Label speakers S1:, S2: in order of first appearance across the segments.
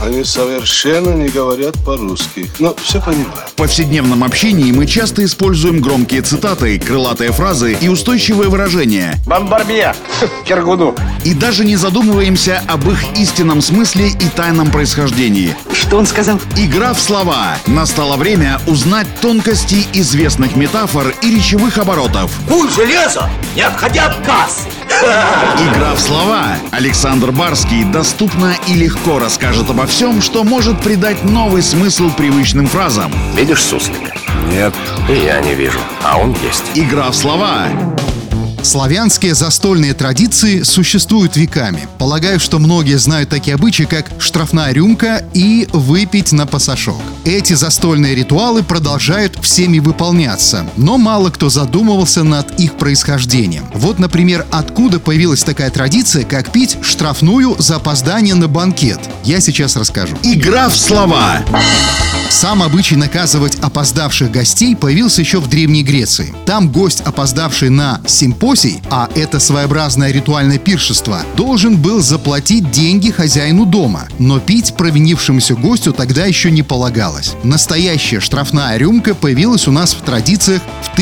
S1: Они совершенно не говорят по-русски, но все понимаю.
S2: В повседневном общении мы часто используем громкие цитаты, крылатые фразы и устойчивые выражения.
S3: Бомбарбье! Киргуду!
S2: И даже не задумываемся об их истинном смысле и тайном происхождении.
S4: Что он сказал?
S2: Игра в слова. Настало время узнать тонкости известных метафор и речевых оборотов.
S5: Куй железо, не отходя от кассы.
S2: Игра в слова. Александр Барский доступно и легко расскажет обо всем, что может придать новый смысл привычным фразам.
S3: Видишь суслика?
S1: Нет.
S3: И я не вижу, а он есть.
S2: Игра в слова.
S6: Славянские застольные традиции существуют веками. Полагаю, что многие знают такие обычаи, как штрафная рюмка и выпить на пасашок. Эти застольные ритуалы продолжают всеми выполняться, но мало кто задумывался над их происхождением. Вот, например, откуда появилась такая традиция, как пить штрафную за опоздание на банкет. Я сейчас расскажу.
S2: Игра в слова.
S6: Сам обычай наказывать опоздавших гостей появился еще в Древней Греции. Там гость, опоздавший на симпозий, а это своеобразное ритуальное пиршество, должен был заплатить деньги хозяину дома, но пить провинившемуся гостю тогда еще не полагалось. Настоящая штрафная рюмка появилась у нас в традициях в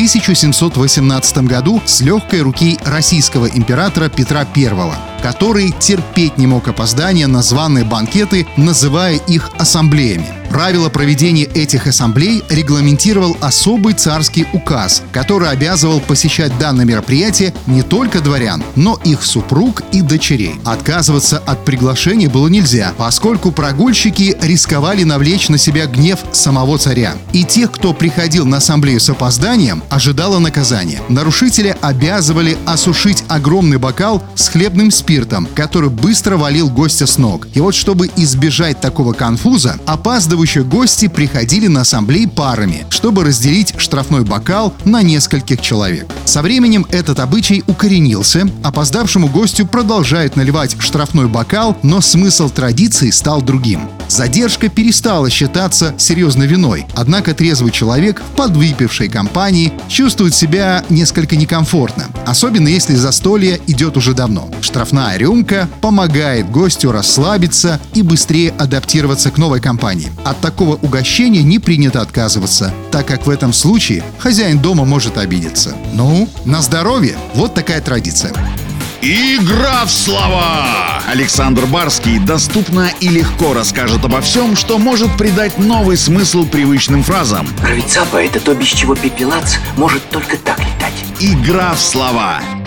S6: 1718 году с легкой руки российского императора Петра I, который терпеть не мог опоздания на званые банкеты, называя их ассамблеями. Правила проведения этих ассамблей регламентировал особый царский указ, который обязывал посещать данное мероприятие не только дворян, но их супруг и дочерей. Отказываться от приглашения было нельзя, поскольку прогульщики рисковали навлечь на себя гнев самого царя. И тех, кто приходил на ассамблею с опозданием, ожидало наказание. Нарушителя обязывали осушить огромный бокал с хлебным спиртом, который быстро валил гостя с ног. И вот чтобы избежать такого конфуза, опаздывающие гости приходили на ассамблеи парами, чтобы разделить штрафной бокал на нескольких человек. Со временем этот обычай укоренился, опоздавшему гостю продолжают наливать штрафной бокал, но смысл традиции стал другим. Задержка перестала считаться серьезной виной, однако трезвый человек в подвыпившей компании чувствует себя несколько некомфортно, особенно если застолье идет уже давно. Штрафная рюмка помогает гостю расслабиться и быстрее адаптироваться к новой компании. От такого угощения не принято отказываться, так как в этом случае хозяин дома может обидеться. Ну, на здоровье! Вот такая традиция.
S2: Игра в слова. Александр Барский доступно и легко расскажет обо всем, что может придать новый смысл привычным фразам.
S5: Рыцапа — это то, без чего пепелац может только так летать.
S2: Игра в слова.